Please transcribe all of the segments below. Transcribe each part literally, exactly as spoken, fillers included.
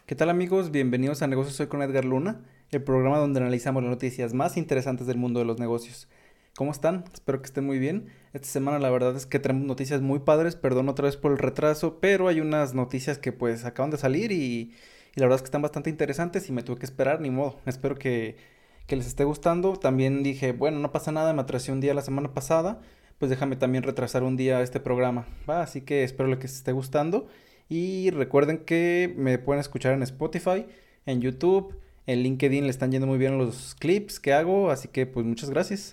¿Qué tal amigos? Bienvenidos a Negocios Hoy con Edgar Luna, el programa donde analizamos las noticias más interesantes del mundo de los negocios. ¿Cómo están? Espero que estén muy bien. Esta semana la verdad es que tenemos noticias muy padres, perdón otra vez por el retraso, pero hay unas noticias que pues acaban de salir y, y la verdad es que están bastante interesantes y me tuve que esperar, ni modo. Espero que, que les esté gustando. También dije, bueno, no pasa nada, me atrasé un día la semana pasada, pues déjame también retrasar un día este programa, ¿va? Así que espero que les esté gustando. Y recuerden que me pueden escuchar en Spotify, en YouTube, en LinkedIn le están yendo muy bien los clips que hago, así que pues muchas gracias.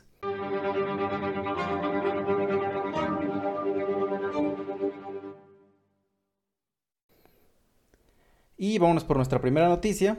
Y vámonos por nuestra primera noticia,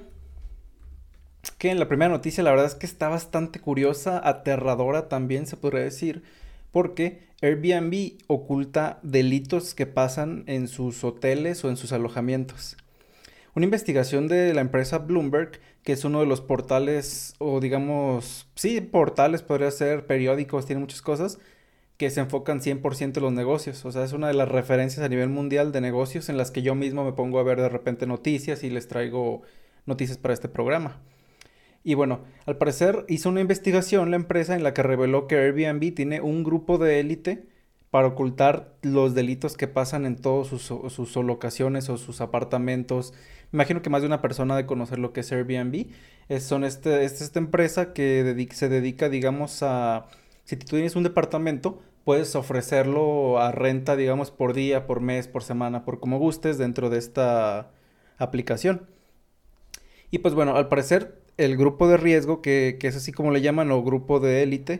que en la primera noticia la verdad es que está bastante curiosa, aterradora también se podría decir, porque Airbnb oculta delitos que pasan en sus hoteles o en sus alojamientos. Una investigación de la empresa Bloomberg, que es uno de los portales, o digamos, sí, portales, podría ser periódicos, tiene muchas cosas, que se enfocan cien por ciento en los negocios. O sea, es una de las referencias a nivel mundial de negocios en las que yo mismo me pongo a ver de repente noticias y les traigo noticias para este programa. Y bueno, al parecer hizo una investigación la empresa en la que reveló que Airbnb tiene un grupo de élite para ocultar los delitos que pasan en todas sus, sus locaciones o sus apartamentos. Imagino que más de una persona de conocer lo que es Airbnb. Es, son este, es esta empresa que dedica, se dedica, digamos, a... Si tú tienes un departamento, puedes ofrecerlo a renta, digamos, por día, por mes, por semana, por como gustes dentro de esta aplicación. Y pues bueno, al parecer el grupo de riesgo, que, que es así como le llaman, o grupo de élite,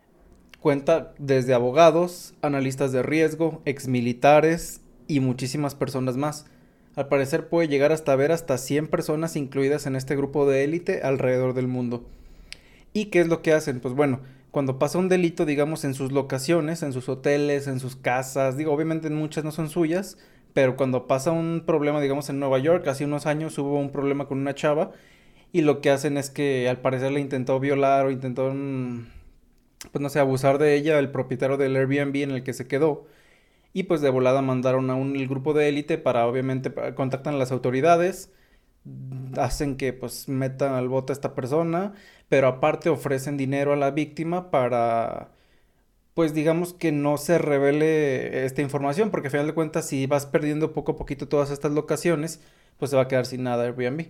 cuenta desde abogados, analistas de riesgo, exmilitares y muchísimas personas más. Al parecer puede llegar hasta ver hasta cien personas incluidas en este grupo de élite alrededor del mundo. ¿Y qué es lo que hacen? Pues bueno, cuando pasa un delito, digamos, en sus locaciones, en sus hoteles, en sus casas, digo, obviamente muchas no son suyas, pero cuando pasa un problema, digamos, en Nueva York, hace unos años hubo un problema con una chava y lo que hacen es que al parecer le intentó violar o intentó, mm, pues no sé, abusar de ella, el propietario del Airbnb en el que se quedó. Y pues de volada mandaron a un el grupo de élite para obviamente pa- contactan a las autoridades, hacen que pues metan al bote a esta persona, pero aparte ofrecen dinero a la víctima para pues digamos que no se revele esta información, porque al final de cuentas si vas perdiendo poco a poquito todas estas locaciones, pues se va a quedar sin nada Airbnb.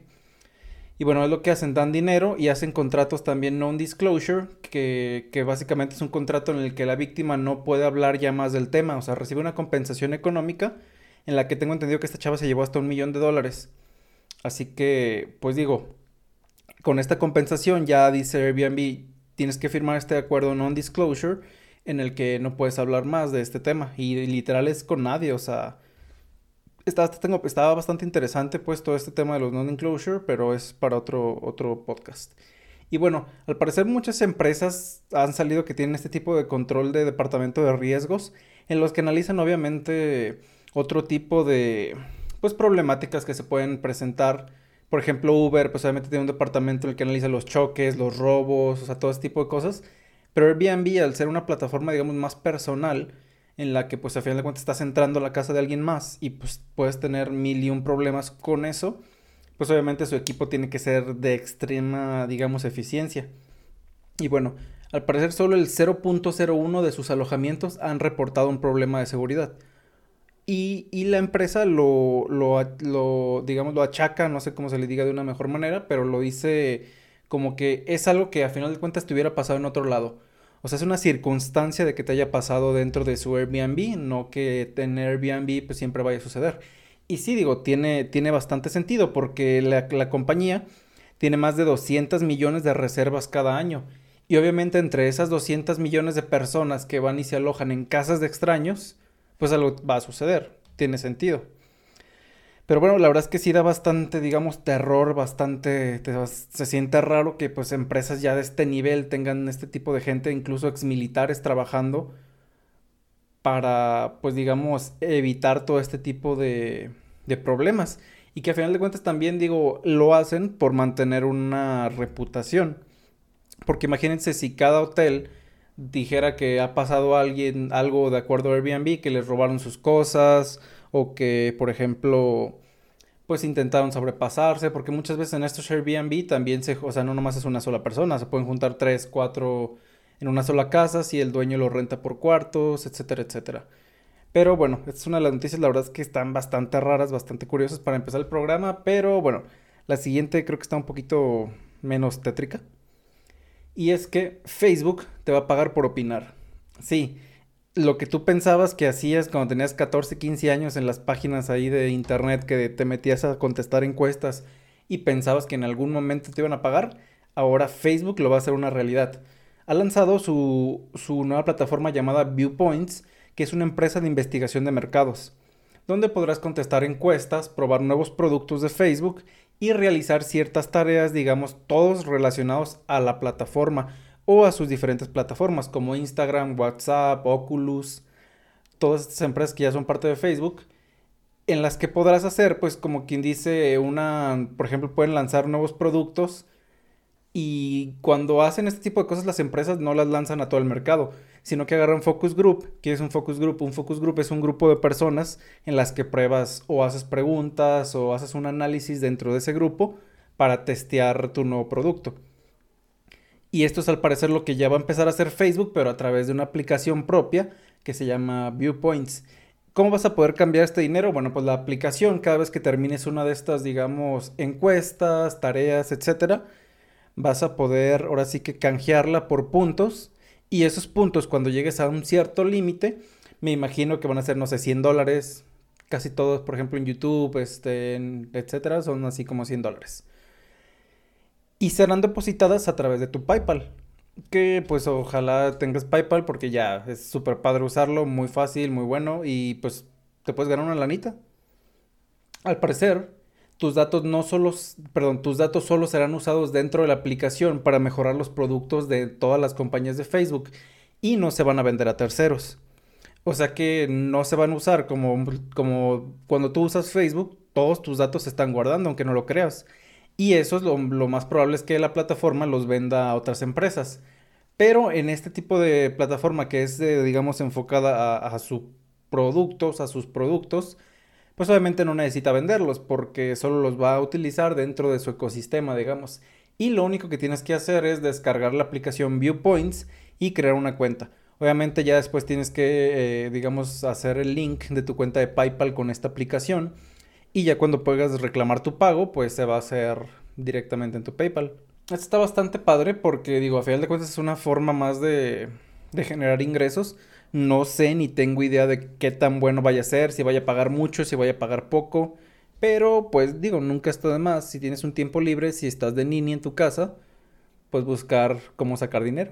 Y bueno, es lo que hacen, dan dinero y hacen contratos también non-disclosure, que, que básicamente es un contrato en el que la víctima no puede hablar ya más del tema, o sea, recibe una compensación económica en la que tengo entendido que esta chava se llevó hasta un millón de dólares. Así que, pues digo, con esta compensación ya dice Airbnb, tienes que firmar este acuerdo non-disclosure en el que no puedes hablar más de este tema. Y literal es con nadie, o sea, Está, tengo, estaba bastante interesante pues todo este tema de los non-enclosure, pero es para otro, otro podcast. Y bueno, al parecer muchas empresas han salido que tienen este tipo de control de departamento de riesgos, en los que analizan obviamente otro tipo de pues problemáticas que se pueden presentar. Por ejemplo, Uber, pues obviamente tiene un departamento en el que analiza los choques, los robos, o sea, todo este tipo de cosas. Pero Airbnb, al ser una plataforma, digamos, más personal, en la que pues a final de cuentas estás entrando a la casa de alguien más y pues puedes tener mil y un problemas con eso, pues obviamente su equipo tiene que ser de extrema, digamos, eficiencia. Y bueno, al parecer solo el cero punto cero uno de sus alojamientos han reportado un problema de seguridad. Y, y la empresa lo, lo, lo, digamos, lo achaca, no sé cómo se le diga de una mejor manera, pero lo dice como que es algo que a final de cuentas te hubiera pasado en otro lado. O sea, es una circunstancia de que te haya pasado dentro de su Airbnb, no que en Airbnb pues siempre vaya a suceder. Y sí, digo, tiene, tiene bastante sentido porque la, la compañía tiene más de doscientos millones de reservas cada año. Y obviamente entre esas doscientos millones de personas que van y se alojan en casas de extraños, pues algo va a suceder. Tiene sentido. Pero bueno, la verdad es que sí da bastante, digamos, terror, bastante, te vas- se siente raro que pues empresas ya de este nivel tengan este tipo de gente, incluso exmilitares trabajando para, pues digamos, evitar todo este tipo de, de problemas. Y que a final de cuentas también, digo, lo hacen por mantener una reputación. Porque imagínense si cada hotel dijera que ha pasado a alguien algo de acuerdo a Airbnb, que les robaron sus cosas o que, por ejemplo, pues intentaron sobrepasarse, porque muchas veces en estos Airbnb también se, o sea, no nomás es una sola persona, se pueden juntar tres, cuatro en una sola casa si el dueño lo renta por cuartos, etcétera, etcétera. Pero bueno, esta es una de las noticias, la verdad es que están bastante raras, bastante curiosas para empezar el programa, pero bueno, la siguiente creo que está un poquito menos tétrica. Y es que Facebook te va a pagar por opinar. Sí, lo que tú pensabas que hacías cuando tenías catorce, quince años en las páginas ahí de internet que te metías a contestar encuestas y pensabas que en algún momento te iban a pagar, ahora Facebook lo va a hacer una realidad. Ha lanzado su, su nueva plataforma llamada Viewpoints, que es una empresa de investigación de mercados, donde podrás contestar encuestas, probar nuevos productos de Facebook y realizar ciertas tareas, digamos, todos relacionados a la plataforma o a sus diferentes plataformas como Instagram, WhatsApp, Oculus, todas estas empresas que ya son parte de Facebook, en las que podrás hacer, pues como quien dice, una, por ejemplo, pueden lanzar nuevos productos y cuando hacen este tipo de cosas las empresas no las lanzan a todo el mercado, sino que agarran focus group. ¿Qué es un focus group? Un focus group es un grupo de personas en las que pruebas o haces preguntas o haces un análisis dentro de ese grupo para testear tu nuevo producto. Y esto es al parecer lo que ya va a empezar a hacer Facebook, pero a través de una aplicación propia que se llama Viewpoints. ¿Cómo vas a poder cambiar este dinero? Bueno, pues la aplicación, cada vez que termines una de estas, digamos, encuestas, tareas, etcétera, vas a poder ahora sí que canjearla por puntos. Y esos puntos, cuando llegues a un cierto límite, me imagino que van a ser, no sé, cien dólares. Casi todos, por ejemplo, en YouTube, este, en- etcétera, son así como cien dólares. Y serán depositadas a través de tu PayPal. Que pues ojalá tengas PayPal porque ya es súper padre usarlo, muy fácil, muy bueno y pues te puedes ganar una lanita. Al parecer, tus datos no solo, perdón, tus datos solo serán usados dentro de la aplicación para mejorar los productos de todas las compañías de Facebook y no se van a vender a terceros. O sea que no se van a usar como, como cuando tú usas Facebook, todos tus datos se están guardando, aunque no lo creas. Y eso es lo, lo más probable es que la plataforma los venda a otras empresas. Pero en este tipo de plataforma que es, eh, digamos, enfocada a, a sus productos, a sus productos, pues obviamente no necesita venderlos porque solo los va a utilizar dentro de su ecosistema, digamos. Y lo único que tienes que hacer es descargar la aplicación Viewpoints y crear una cuenta. Obviamente ya después tienes que, eh, digamos, hacer el link de tu cuenta de PayPal con esta aplicación y ya cuando puedas reclamar tu pago, pues se va a hacer directamente en tu PayPal. Esto está bastante padre porque, digo, a final de cuentas es una forma más de, de generar ingresos. No sé ni tengo idea de qué tan bueno vaya a ser, si vaya a pagar mucho, si vaya a pagar poco. Pero, pues digo, nunca está de más. Si tienes un tiempo libre, si estás de nini en tu casa, pues buscar cómo sacar dinero.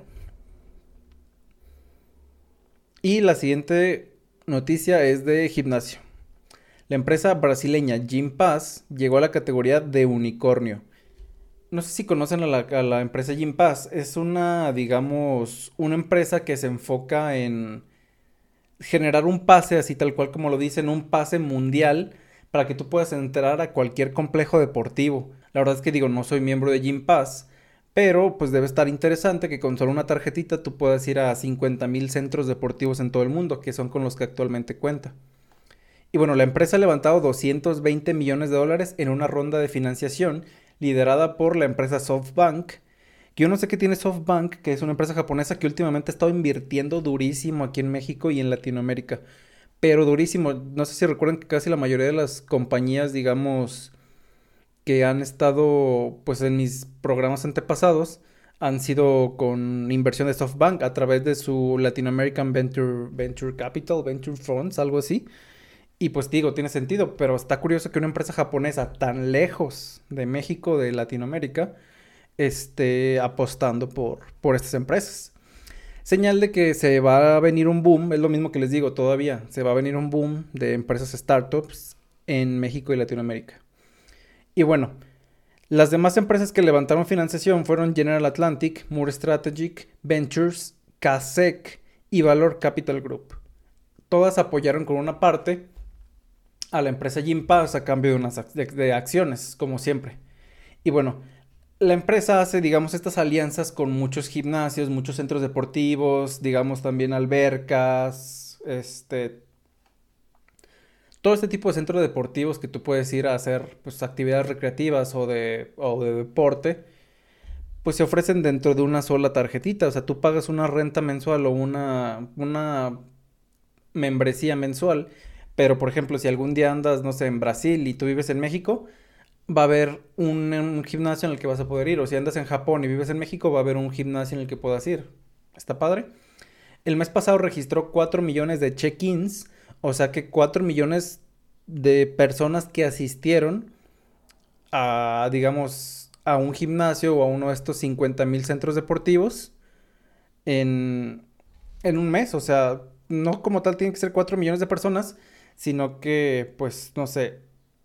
Y la siguiente noticia es de gimnasio. La empresa brasileña Gympass llegó a la categoría de unicornio. No sé si conocen a la, a la empresa Gympass. Es una, digamos, una empresa que se enfoca en generar un pase, así tal cual como lo dicen, un pase mundial para que tú puedas entrar a cualquier complejo deportivo. La verdad es que digo, no soy miembro de Gym Pass, pero pues debe estar interesante que con solo una tarjetita tú puedas ir a cincuenta mil centros deportivos en todo el mundo, que son con los que actualmente cuenta. Y bueno, la empresa ha levantado doscientos veinte millones de dólares en una ronda de financiación liderada por la empresa SoftBank. Que yo no sé qué tiene SoftBank, que es una empresa japonesa que últimamente ha estado invirtiendo durísimo aquí en México y en Latinoamérica. Pero durísimo. No sé si recuerdan que casi la mayoría de las compañías, digamos, que han estado pues en mis programas antepasados han sido con inversión de SoftBank a través de su Latin American Venture, Venture Capital, Venture Funds, algo así. Y pues digo, tiene sentido, pero está curioso que una empresa japonesa tan lejos de México, de Latinoamérica, esté apostando por, por estas empresas. Señal de que se va a venir un boom, es lo mismo que les digo todavía, se va a venir un boom de empresas startups en México y Latinoamérica. Y bueno, las demás empresas que levantaron financiación fueron General Atlantic, Moore Strategic Ventures, Casec y Valor Capital Group. Todas apoyaron con una parte a la empresa Gympass a cambio de unas ac- de, de acciones, como siempre. Y bueno, la empresa hace, digamos, estas alianzas con muchos gimnasios, muchos centros deportivos, digamos también albercas, este, todo este tipo de centros deportivos que tú puedes ir a hacer pues actividades recreativas o de, o de deporte, pues se ofrecen dentro de una sola tarjetita. O sea, tú pagas una renta mensual o una, una membresía mensual. Pero, por ejemplo, si algún día andas, no sé, en Brasil y tú vives en México, va a haber un, un gimnasio en el que vas a poder ir. O si andas en Japón y vives en México, va a haber un gimnasio en el que puedas ir. ¿Está padre? El mes pasado registró cuatro millones de check-ins, o sea que cuatro millones de personas que asistieron a, digamos, a un gimnasio o a uno de estos cincuenta mil centros deportivos en, en un mes. O sea, no como tal tiene que ser cuatro millones de personas, sino que, pues, no sé,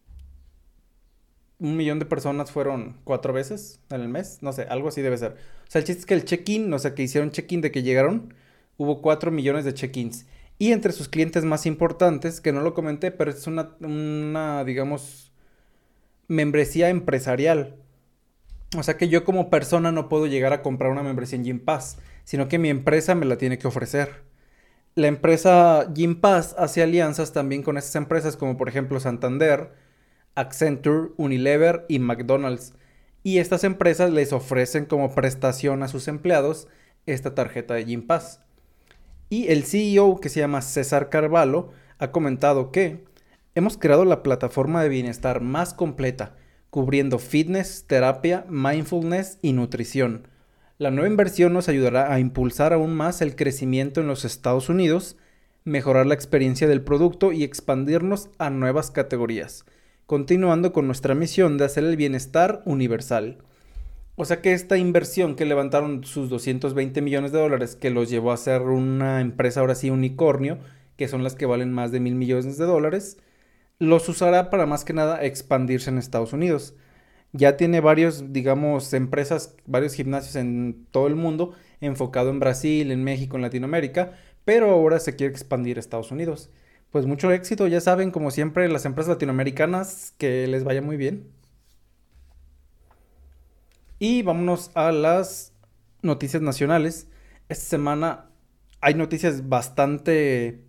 un millón de personas fueron cuatro veces en el mes. No sé, algo así debe ser. O sea, el chiste es que el check-in, o sea, que hicieron check-in de que llegaron, hubo cuatro millones de check-ins. Y entre sus clientes más importantes, que no lo comenté, pero es una, una, digamos, membresía empresarial. O sea que yo como persona no puedo llegar a comprar una membresía en Gym Pass, sino que mi empresa me la tiene que ofrecer. La empresa Gym Pass hace alianzas también con estas empresas como por ejemplo Santander, Accenture, Unilever y McDonald's. Y estas empresas les ofrecen como prestación a sus empleados esta tarjeta de Gym Pass. Y el C E O, que se llama César Carvalho, ha comentado que hemos creado la plataforma de bienestar más completa, cubriendo fitness, terapia, mindfulness y nutrición. La nueva inversión nos ayudará a impulsar aún más el crecimiento en los Estados Unidos, mejorar la experiencia del producto y expandirnos a nuevas categorías, continuando con nuestra misión de hacer el bienestar universal. O sea que esta inversión que levantaron sus doscientos veinte millones de dólares, que los llevó a ser una empresa ahora sí unicornio, que son las que valen más de mil millones de dólares, los usará para más que nada expandirse en Estados Unidos. Ya tiene varios, digamos, empresas, varios gimnasios en todo el mundo, enfocado en Brasil, en México, en Latinoamérica, pero ahora se quiere expandir a Estados Unidos. Pues mucho éxito, ya saben, como siempre, las empresas latinoamericanas, que les vaya muy bien. Y vámonos a las noticias nacionales. Esta semana hay noticias bastante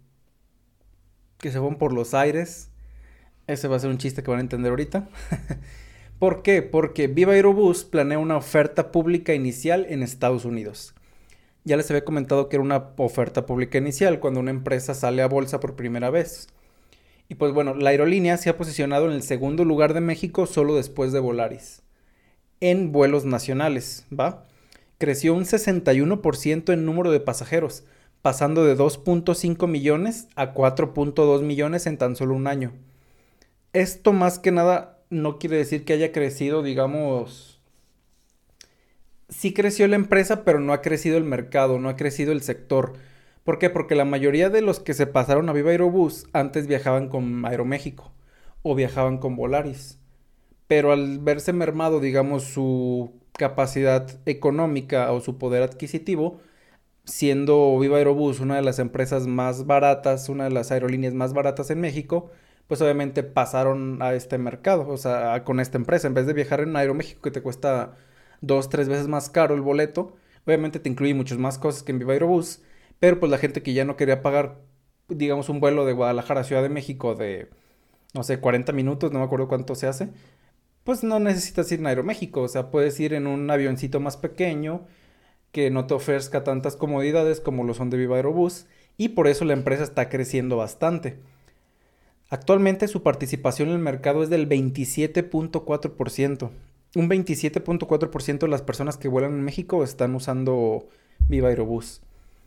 que se van por los aires. Ese va a ser un chiste que van a entender ahorita. ¿Por qué? Porque Viva Aerobús planea una oferta pública inicial en Estados Unidos. Ya les había comentado que era una oferta pública inicial cuando una empresa sale a bolsa por primera vez. Y pues bueno, la aerolínea se ha posicionado en el segundo lugar de México solo después de Volaris. En vuelos nacionales, ¿va? Creció un sesenta y uno por ciento en número de pasajeros, pasando de dos punto cinco millones a cuatro punto dos millones en tan solo un año. Esto más que nada no quiere decir que haya crecido, digamos, sí creció la empresa, pero no ha crecido el mercado, no ha crecido el sector. ¿Por qué? Porque la mayoría de los que se pasaron a Viva Aerobús antes viajaban con Aeroméxico o viajaban con Volaris. Pero al verse mermado, digamos, su capacidad económica o su poder adquisitivo, siendo Viva Aerobús una de las empresas más baratas, una de las aerolíneas más baratas en México, pues obviamente pasaron a este mercado, o sea, a- con esta empresa. En vez de viajar en Aeroméxico que te cuesta dos, tres veces más caro el boleto, obviamente te incluye muchas más cosas que en Viva Aerobús, pero pues la gente que ya no quería pagar, digamos, un vuelo de Guadalajara a Ciudad de México de, no sé, cuarenta minutos, no me acuerdo cuánto se hace, pues no necesitas ir en Aeroméxico, o sea, puedes ir en un avioncito más pequeño que no te ofrezca tantas comodidades como lo son de Viva Aerobús, y por eso la empresa está creciendo bastante. Actualmente su participación en el mercado es del veintisiete punto cuatro por ciento. Un veintisiete punto cuatro por ciento de las personas que vuelan en México están usando Viva Aerobús.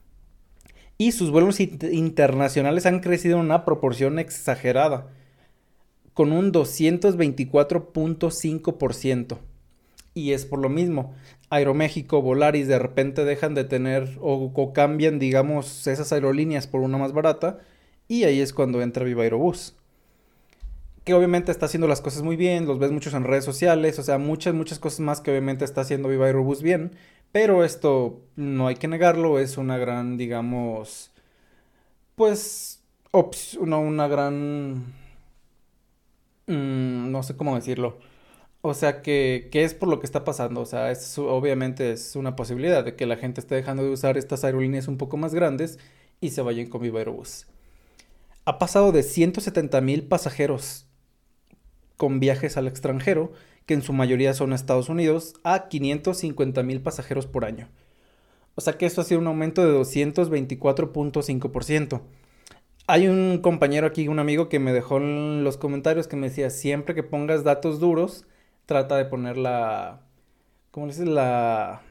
Y sus vuelos int- internacionales han crecido en una proporción exagerada, con un doscientos veinticuatro punto cinco por ciento. Y es por lo mismo. Aeroméxico, Volaris de repente dejan de tener o, o cambian, digamos, esas aerolíneas por una más barata. Y ahí es cuando entra Viva Aerobús. Que obviamente está haciendo las cosas muy bien, los ves muchos en redes sociales, o sea, muchas, muchas cosas más que obviamente está haciendo Viva Aerobús bien. Pero esto no hay que negarlo, es una gran, digamos, pues, ops- una, una gran, mm, no sé cómo decirlo. O sea, que, que es por lo que está pasando. O sea, es, obviamente es una posibilidad de que la gente esté dejando de usar estas aerolíneas un poco más grandes y se vayan con Viva Aerobús. Ha pasado de ciento setenta mil pasajeros con viajes al extranjero, que en su mayoría son a Estados Unidos, a quinientos cincuenta mil pasajeros por año. O sea que esto ha sido un aumento de doscientos veinticuatro punto cinco por ciento. Hay un compañero aquí, un amigo que me dejó en los comentarios que me decía, siempre que pongas datos duros, trata de poner la, ¿cómo le dices? La,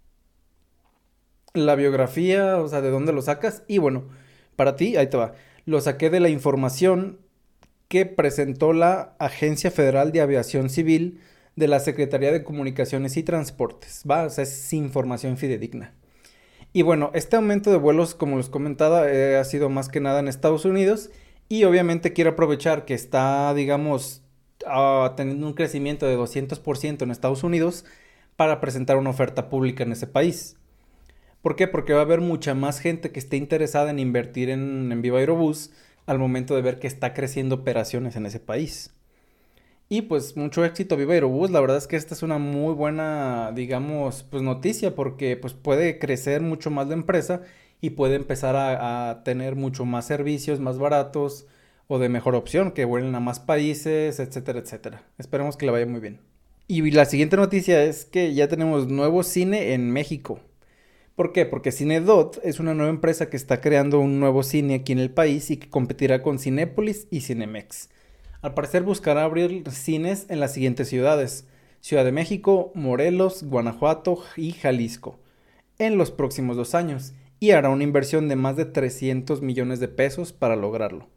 la biografía, o sea, de dónde lo sacas. Y bueno, para ti, ahí te va. Lo saqué de la información que presentó la Agencia Federal de Aviación Civil de la Secretaría de Comunicaciones y Transportes. Va, o sea, es información fidedigna. Y bueno, este aumento de vuelos, como les comentaba, eh, ha sido más que nada en Estados Unidos. Y obviamente quiero aprovechar que está, digamos, ah, teniendo un crecimiento de doscientos por ciento en Estados Unidos para presentar una oferta pública en ese país. ¿Por qué? Porque va a haber mucha más gente que esté interesada en invertir en, en Viva Aerobús al momento de ver que está creciendo operaciones en ese país. Y pues mucho éxito Viva Aerobús, la verdad es que esta es una muy buena, digamos, pues noticia porque pues puede crecer mucho más la empresa y puede empezar a, a tener mucho más servicios más baratos o de mejor opción que vuelen a más países, etcétera, etcétera. Esperemos que le vaya muy bien. Y la siguiente noticia es que ya tenemos nuevo cine en México. ¿Por qué? Porque Cinedot es una nueva empresa que está creando un nuevo cine aquí en el país y que competirá con Cinépolis y Cinemex. Al parecer buscará abrir cines en las siguientes ciudades: Ciudad de México, Morelos, Guanajuato y Jalisco en los próximos dos años y hará una inversión de más de trescientos millones de pesos para lograrlo.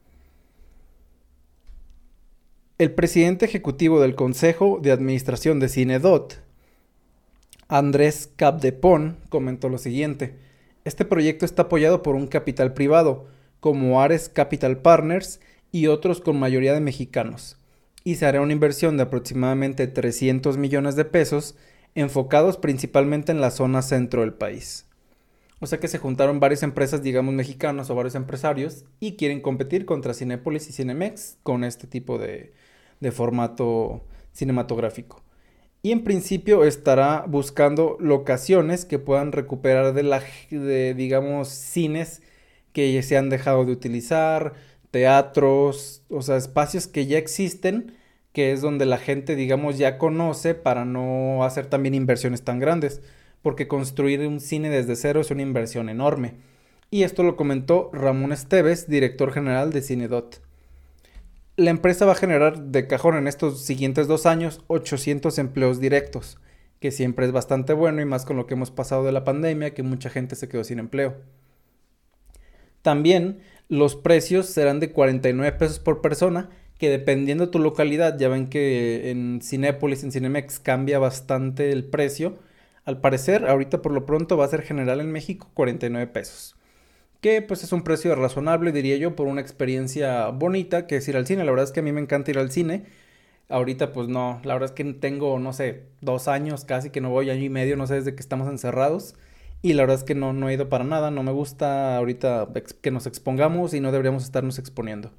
El presidente ejecutivo del Consejo de Administración de Cinedot, Andrés Capdepón, comentó lo siguiente: este proyecto está apoyado por un capital privado, como Ares Capital Partners y otros con mayoría de mexicanos, y se hará una inversión de aproximadamente trescientos millones de pesos, enfocados principalmente en la zona centro del país. O sea que se juntaron varias empresas, digamos, mexicanas o varios empresarios y quieren competir contra Cinépolis y Cinemex con este tipo de, de formato cinematográfico. Y en principio estará buscando locaciones que puedan recuperar de, la, de digamos, cines que se han dejado de utilizar, teatros, o sea, espacios que ya existen, que es donde la gente, digamos, ya conoce para no hacer también inversiones tan grandes, porque construir un cine desde cero es una inversión enorme. Y esto lo comentó Ramón Esteves, director general de Cinedot. La empresa va a generar de cajón en estos siguientes dos años ochocientos empleos directos, que siempre es bastante bueno y más con lo que hemos pasado de la pandemia, que mucha gente se quedó sin empleo. También los precios serán de cuarenta y nueve pesos por persona, que dependiendo de tu localidad, ya ven que en Cinépolis, en Cinemex cambia bastante el precio. Al parecer, ahorita por lo pronto va a ser general en México cuarenta y nueve pesos. Que pues es un precio razonable, diría yo, por una experiencia bonita que es ir al cine. La verdad es que a mí me encanta ir al cine. Ahorita pues no, la verdad es que tengo, no sé, dos años casi que no voy, año y medio, no sé, desde que estamos encerrados. Y la verdad es que no, no he ido para nada, no me gusta ahorita ex- que nos expongamos y no deberíamos estarnos exponiendo.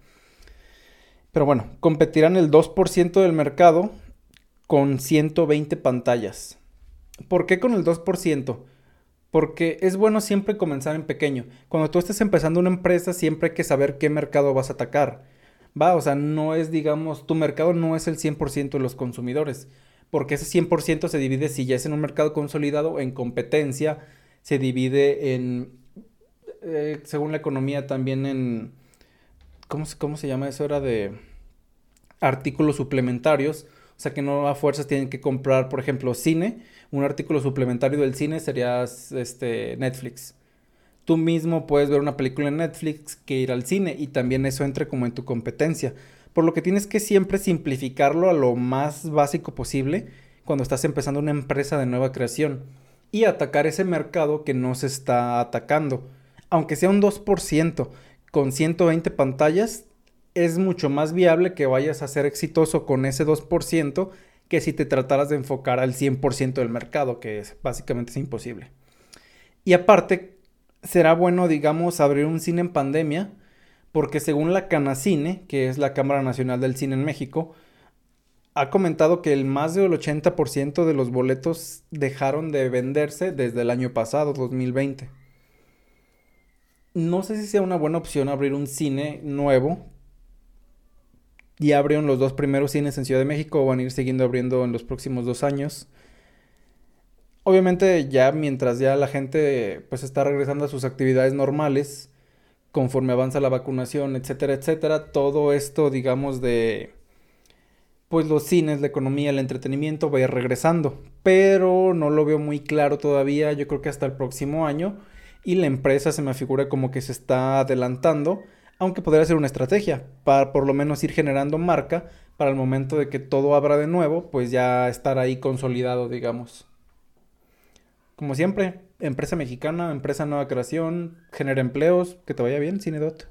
Pero bueno, competirán el dos por ciento del mercado con ciento veinte pantallas. ¿Por qué con el dos por ciento? Porque es bueno siempre comenzar en pequeño. Cuando tú estés empezando una empresa, siempre hay que saber qué mercado vas a atacar. Va, o sea, no es, digamos, tu mercado no es el cien por ciento de los consumidores. Porque ese cien por ciento se divide, si ya es en un mercado consolidado, en competencia, se divide en, eh, según la economía, también en, ¿cómo se, cómo se llama eso? Era de artículos suplementarios. O sea que no a fuerzas tienen que comprar, por ejemplo, cine. Un artículo suplementario del cine sería este, Netflix. Tú mismo puedes ver una película en Netflix que ir al cine y también eso entra como en tu competencia. Por lo que tienes que siempre simplificarlo a lo más básico posible cuando estás empezando una empresa de nueva creación y atacar ese mercado que no se está atacando. Aunque sea un dos por ciento con ciento veinte pantallas, es mucho más viable que vayas a ser exitoso con ese dos por ciento que si te trataras de enfocar al cien por ciento del mercado, que es, básicamente es imposible. Y aparte, será bueno, digamos, abrir un cine en pandemia, porque según la Canacine, que es la Cámara Nacional del Cine en México, ha comentado que el más del ochenta por ciento de los boletos dejaron de venderse desde el año pasado, dos mil veinte. No sé si sea una buena opción abrir un cine nuevo. Ya abrieron los dos primeros cines en Ciudad de México o van a ir siguiendo abriendo en los próximos dos años. Obviamente ya mientras ya la gente pues está regresando a sus actividades normales, conforme avanza la vacunación, etcétera, etcétera, todo esto digamos de pues los cines, la economía, el entretenimiento va a ir regresando, pero no lo veo muy claro todavía, yo creo que hasta el próximo año y la empresa se me figura como que se está adelantando, aunque podría ser una estrategia para por lo menos ir generando marca para el momento de que todo abra de nuevo, pues ya estar ahí consolidado, digamos. Como siempre, empresa mexicana, empresa nueva creación, genera empleos, que te vaya bien, Cinedot.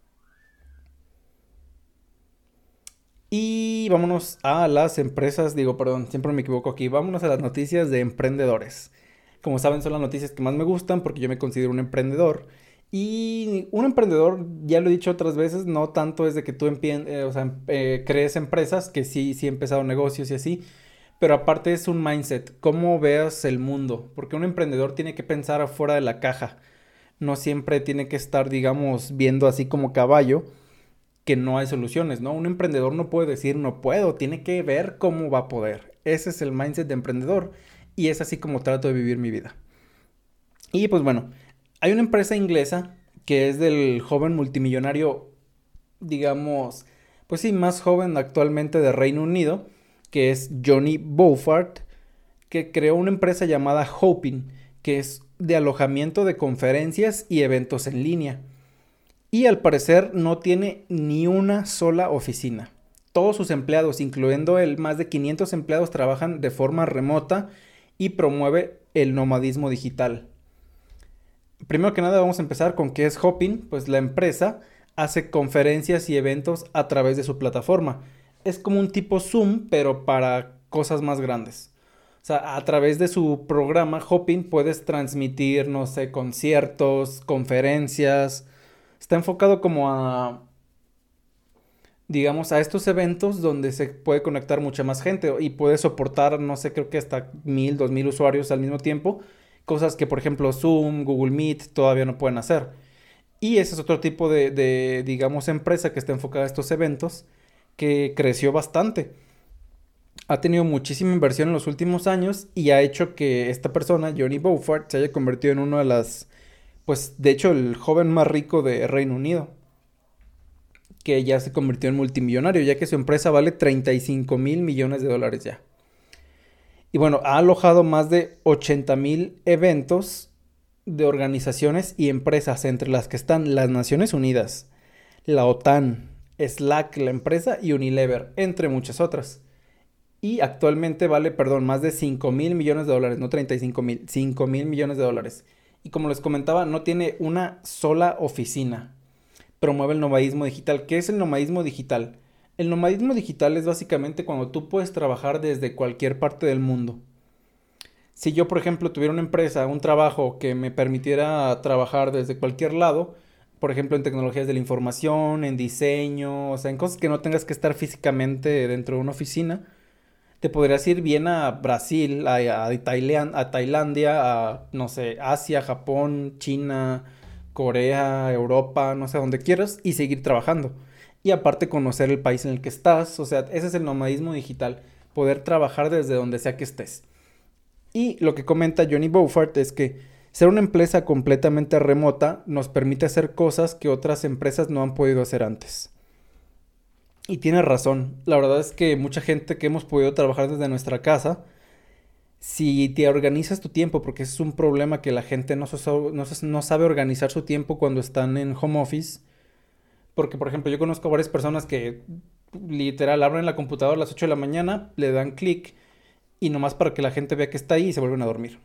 Y vámonos a las empresas, digo, perdón, siempre me equivoco aquí, vámonos a las noticias de emprendedores. Como saben, son las noticias que más me gustan porque yo me considero un emprendedor. Y un emprendedor, ya lo he dicho otras veces, no tanto es de que tú empie- eh, o sea, em- eh, crees empresas, que sí, sí he empezado negocios y así, pero aparte es un mindset, cómo veas el mundo, porque un emprendedor tiene que pensar afuera de la caja, no siempre tiene que estar, digamos, viendo así como caballo que no hay soluciones, ¿no? Un emprendedor no puede decir no puedo, tiene que ver cómo va a poder. Ese es el mindset de emprendedor y es así como trato de vivir mi vida. Y pues bueno, hay una empresa inglesa que es del joven multimillonario, digamos, pues sí, más joven actualmente de Reino Unido, que es Johnny Beaufort, que creó una empresa llamada Hopin, que es de alojamiento de conferencias y eventos en línea. Y al parecer no tiene ni una sola oficina. Todos sus empleados, incluyendo él, más de quinientos empleados trabajan de forma remota y promueve el nomadismo digital. Primero que nada vamos a empezar con qué es Hopin, pues la empresa hace conferencias y eventos a través de su plataforma. Es como un tipo Zoom, pero para cosas más grandes. O sea, a través de su programa Hopin puedes transmitir, no sé, conciertos, conferencias. Está enfocado como a, digamos, a estos eventos donde se puede conectar mucha más gente y puede soportar, no sé, creo que hasta mil, dos mil usuarios al mismo tiempo, cosas que por ejemplo Zoom, Google Meet todavía no pueden hacer. Y ese es otro tipo de, de, digamos, empresa que está enfocada a estos eventos que creció bastante. Ha tenido muchísima inversión en los últimos años y ha hecho que esta persona, Johnny Beaufort, se haya convertido en uno de las, pues de hecho el joven más rico de Reino Unido, que ya se convirtió en multimillonario, ya que su empresa vale treinta y cinco mil millones de dólares ya. Y bueno, ha alojado más de ochenta mil eventos de organizaciones y empresas, entre las que están las Naciones Unidas, la OTAN, Slack, la empresa, y Unilever, entre muchas otras. Y actualmente vale, perdón, más de cinco mil millones de dólares, no treinta y cinco mil, cinco mil millones de dólares. Y como les comentaba, no tiene una sola oficina. Promueve el nomadismo digital. ¿Qué es el nomadismo digital? El nomadismo digital es básicamente cuando tú puedes trabajar desde cualquier parte del mundo. Si yo, por ejemplo, tuviera una empresa, un trabajo que me permitiera trabajar desde cualquier lado, por ejemplo, en tecnologías de la información, en diseño, o sea, en cosas que no tengas que estar físicamente dentro de una oficina, te podrías ir bien a Brasil, a, a, Tailan- a Tailandia, a, no sé, Asia, Japón, China, Corea, Europa, no sé, donde quieras, y seguir trabajando. Y aparte conocer el país en el que estás, o sea, ese es el nomadismo digital, poder trabajar desde donde sea que estés. Y lo que comenta Johnny Beaufort es que ser una empresa completamente remota nos permite hacer cosas que otras empresas no han podido hacer antes. Y tiene razón, la verdad es que mucha gente que hemos podido trabajar desde nuestra casa, si te organizas tu tiempo, porque ese es un problema que la gente no, so- no, se- no sabe organizar su tiempo cuando están en home office, porque por ejemplo yo conozco varias personas que literal abren la computadora a las ocho de la mañana, le dan clic y nomás para que la gente vea que está ahí y se vuelven a dormir.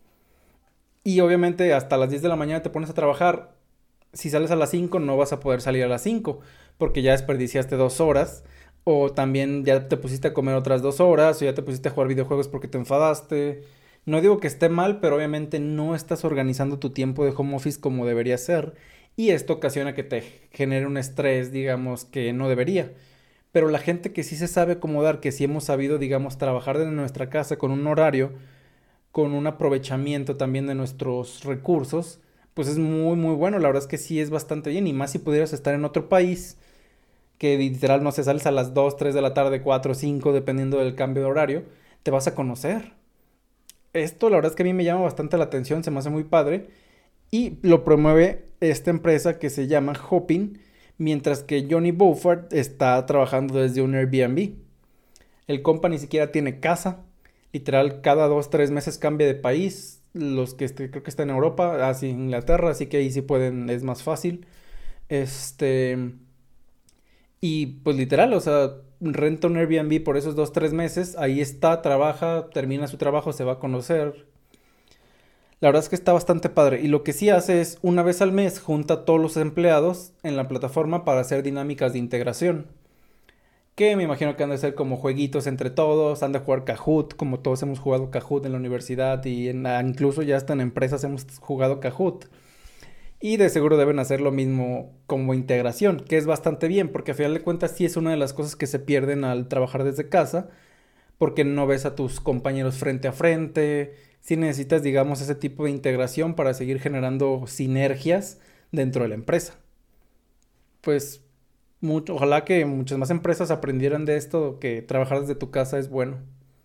Y obviamente hasta las diez de la mañana te pones a trabajar. Si sales a las cinco no vas a poder salir a las cinco porque ya desperdiciaste dos horas. O también ya te pusiste a comer otras dos horas o ya te pusiste a jugar videojuegos porque te enfadaste. No digo que esté mal, pero obviamente no estás organizando tu tiempo de home office como debería ser. Y esto ocasiona que te genere un estrés, digamos, que no debería. Pero la gente que sí se sabe acomodar, que sí hemos sabido, digamos, trabajar desde nuestra casa con un horario, con un aprovechamiento también de nuestros recursos, pues es muy, muy bueno. La verdad es que sí es bastante bien. Y más si pudieras estar en otro país, que literal, no sé, sales a las dos tres de la tarde, cuatro cinco dependiendo del cambio de horario, te vas a conocer. Esto la verdad es que a mí me llama bastante la atención, se me hace muy padre. Y lo promueve esta empresa que se llama Hopin, mientras que Johnny Beaufort está trabajando desde un Airbnb. El compa ni siquiera tiene casa. Literal, cada dos, tres meses cambia de país. Los que este, creo que está en Europa, así Inglaterra, así que ahí sí pueden, es más fácil. Este. Y pues literal, o sea, renta un Airbnb por esos dos, tres meses. Ahí está, trabaja, termina su trabajo, se va a conocer. La verdad es que está bastante padre. Y lo que sí hace es, una vez al mes, junta a todos los empleados en la plataforma para hacer dinámicas de integración. Que me imagino que han de ser como jueguitos entre todos, han de jugar Kahoot, como todos hemos jugado Kahoot en la universidad y en, incluso ya hasta en empresas hemos jugado Kahoot. Y de seguro deben hacer lo mismo como integración, que es bastante bien, porque a final de cuentas sí es una de las cosas que se pierden al trabajar desde casa, porque no ves a tus compañeros frente a frente, si necesitas, digamos, ese tipo de integración para seguir generando sinergias dentro de la empresa. Pues mucho, ojalá que muchas más empresas aprendieran de esto, que trabajar desde tu casa es bueno.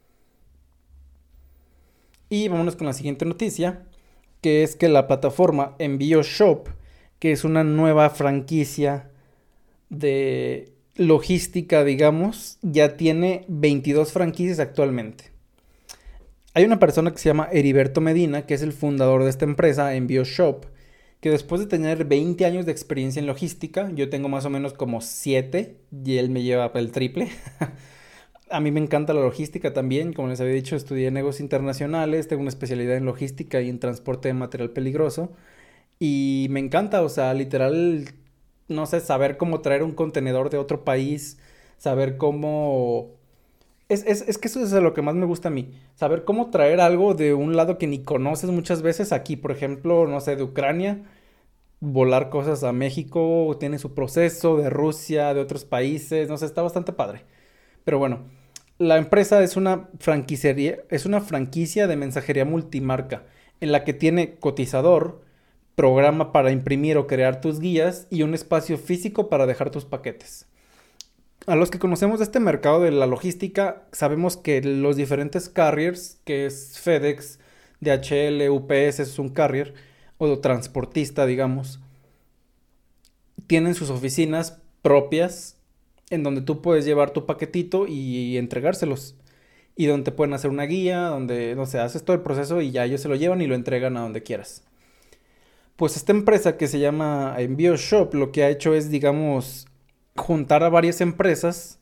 Y vámonos con la siguiente noticia, que es que la plataforma Envío Shop, que es una nueva franquicia de logística, digamos, ya tiene veintidós franquicias actualmente. Hay una persona que se llama Heriberto Medina, que es el fundador de esta empresa, Envío Shop, que después de tener veinte años de experiencia en logística, yo tengo más o menos como siete y él me lleva el triple. A mí me encanta la logística también, como les había dicho, estudié negocios internacionales, tengo una especialidad en logística y en transporte de material peligroso. Y me encanta, o sea, literal, no sé, saber cómo traer un contenedor de otro país, saber cómo... Es, es, es que eso es lo que más me gusta a mí, saber cómo traer algo de un lado que ni conoces muchas veces aquí, por ejemplo, no sé, de Ucrania, volar cosas a México, tiene su proceso, de Rusia, de otros países, no sé, está bastante padre. Pero bueno, la empresa es una franquicería, es una franquicia de mensajería multimarca, en la que tiene cotizador, programa para imprimir o crear tus guías y un espacio físico para dejar tus paquetes. A los que conocemos de este mercado de la logística, sabemos que los diferentes carriers, que es FedEx, D H L, U P S, es un carrier, o transportista, digamos, tienen sus oficinas propias en donde tú puedes llevar tu paquetito y entregárselos. Y donde te pueden hacer una guía, donde, no sé, haces todo el proceso y ya ellos se lo llevan y lo entregan a donde quieras. Pues esta empresa que se llama Envío Shop lo que ha hecho es, digamos, juntar a varias empresas,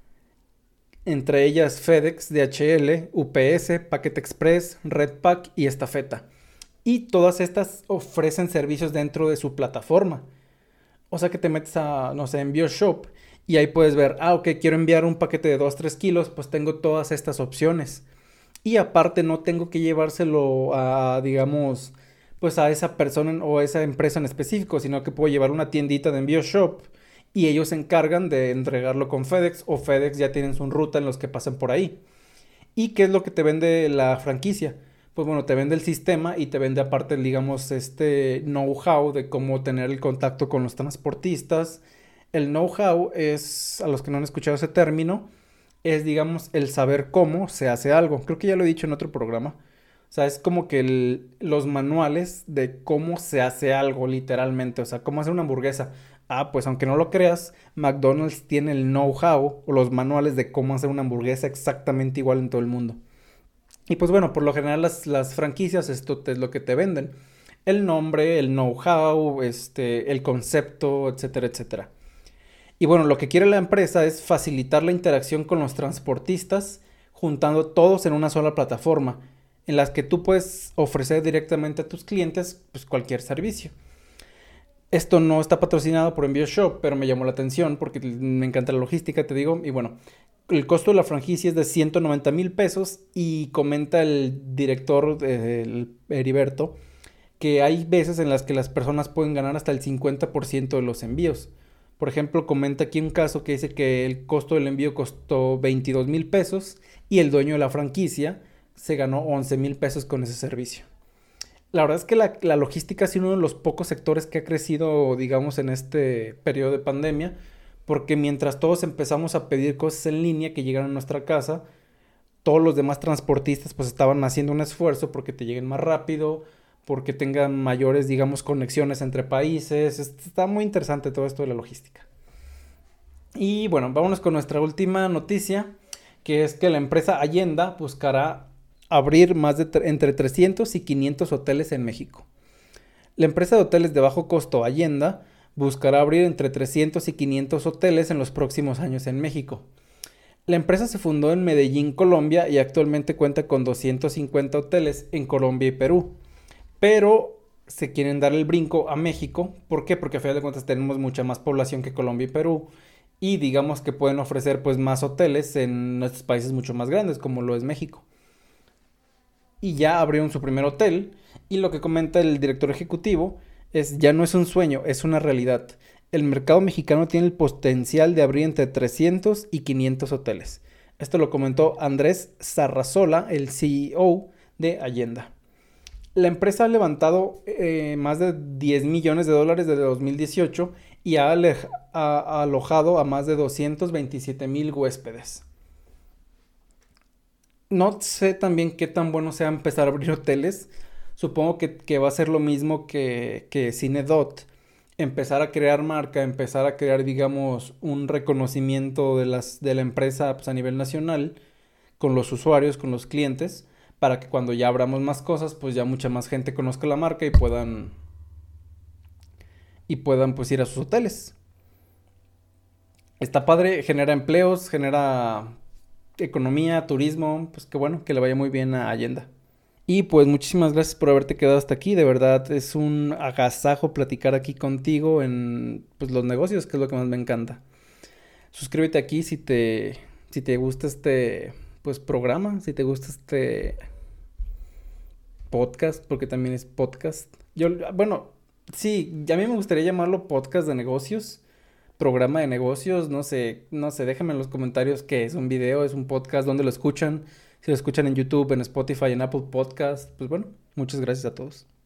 entre ellas FedEx, D H L, U P S, Packet Express, Redpack y Estafeta. Y todas estas ofrecen servicios dentro de su plataforma. O sea que te metes a, no sé, Envío Shop y ahí puedes ver, ah, ok, quiero enviar un paquete de dos tres kilos, pues tengo todas estas opciones. Y aparte no tengo que llevárselo a, digamos, pues a esa persona o a esa empresa en específico, sino que puedo llevar una tiendita de Envío Shop y ellos se encargan de entregarlo con FedEx o FedEx ya tienen su ruta en los que pasan por ahí. ¿Y qué es lo que te vende la franquicia? Pues bueno, te vende el sistema y te vende aparte, digamos, este know-how de cómo tener el contacto con los transportistas. El know-how es, a los que no han escuchado ese término, es, digamos, el saber cómo se hace algo. Creo que ya lo he dicho en otro programa. O sea, es como que el- los manuales de cómo se hace algo, literalmente. O sea, cómo hacer una hamburguesa. Ah, pues aunque no lo creas, McDonald's tiene el know-how o los manuales de cómo hacer una hamburguesa exactamente igual en todo el mundo. Y pues bueno, por lo general las, las franquicias esto es lo que te venden. El nombre, el know-how, este, el concepto, etcétera, etcétera. Y bueno, lo que quiere la empresa es facilitar la interacción con los transportistas, juntando todos en una sola plataforma, en las que tú puedes ofrecer directamente a tus clientes pues, cualquier servicio. Esto no está patrocinado por Envío Shop, pero me llamó la atención porque me encanta la logística, te digo. Y bueno, el costo de la franquicia es de ciento noventa mil pesos y comenta el director, eh, el Heriberto, que hay veces en las que las personas pueden ganar hasta el cincuenta por ciento de los envíos. Por ejemplo, comenta aquí un caso que dice que el costo del envío costó veintidós mil pesos y el dueño de la franquicia se ganó once mil pesos con ese servicio. La verdad es que la, la logística ha sido uno de los pocos sectores que ha crecido, digamos, en este periodo de pandemia, porque mientras todos empezamos a pedir cosas en línea que llegaran a nuestra casa, todos los demás transportistas pues estaban haciendo un esfuerzo porque te lleguen más rápido, porque tengan mayores, digamos, conexiones entre países. Está muy interesante todo esto de la logística. Y bueno, vámonos con nuestra última noticia, que es que la empresa Allenda buscará abrir más de tre- entre trescientos y quinientos hoteles en México. La empresa de hoteles de bajo costo Allenda buscará abrir entre trescientos y quinientos hoteles en los próximos años en México. La empresa se fundó en Medellín, Colombia, y actualmente cuenta con doscientos cincuenta hoteles en Colombia y Perú. Pero se quieren dar el brinco a México. ¿Por qué? Porque a final de cuentas tenemos mucha más población que Colombia y Perú. Y digamos que pueden ofrecer pues más hoteles en nuestros países mucho más grandes, como lo es México. Y ya abrieron su primer hotel. Y lo que comenta el director ejecutivo es: ya no es un sueño, es una realidad. El mercado mexicano tiene el potencial de abrir entre trescientos y quinientos hoteles. Esto lo comentó Andrés Sarrazola, el C E O de Allenda. La empresa ha levantado eh, más de diez millones de dólares desde dos mil dieciocho y ha, alej- ha- ha alojado a más de doscientos veintisiete mil huéspedes. No sé también qué tan bueno sea empezar a abrir hoteles. Supongo que, que va a ser lo mismo que, que Cinedot. Empezar a crear marca, empezar a crear, digamos, un reconocimiento de las, de la empresa pues, a nivel nacional, con los usuarios, con los clientes, para que cuando ya abramos más cosas, pues ya mucha más gente conozca la marca y puedan, y puedan pues ir a sus hoteles. Está padre, genera empleos, genera economía, turismo, pues qué bueno, que le vaya muy bien a Allenda. Y pues muchísimas gracias por haberte quedado hasta aquí. De verdad es un agasajo platicar aquí contigo en pues, los negocios, que es lo que más me encanta. Suscríbete aquí si te, si te gusta este pues, programa, si te gusta este podcast, porque también es podcast. Yo, bueno, sí, a mí me gustaría llamarlo podcast de negocios, programa de negocios, no sé, no sé, déjame en los comentarios qué es, un video, es un podcast, dónde lo escuchan, si lo escuchan en YouTube, en Spotify, en Apple Podcast, pues bueno, muchas gracias a todos.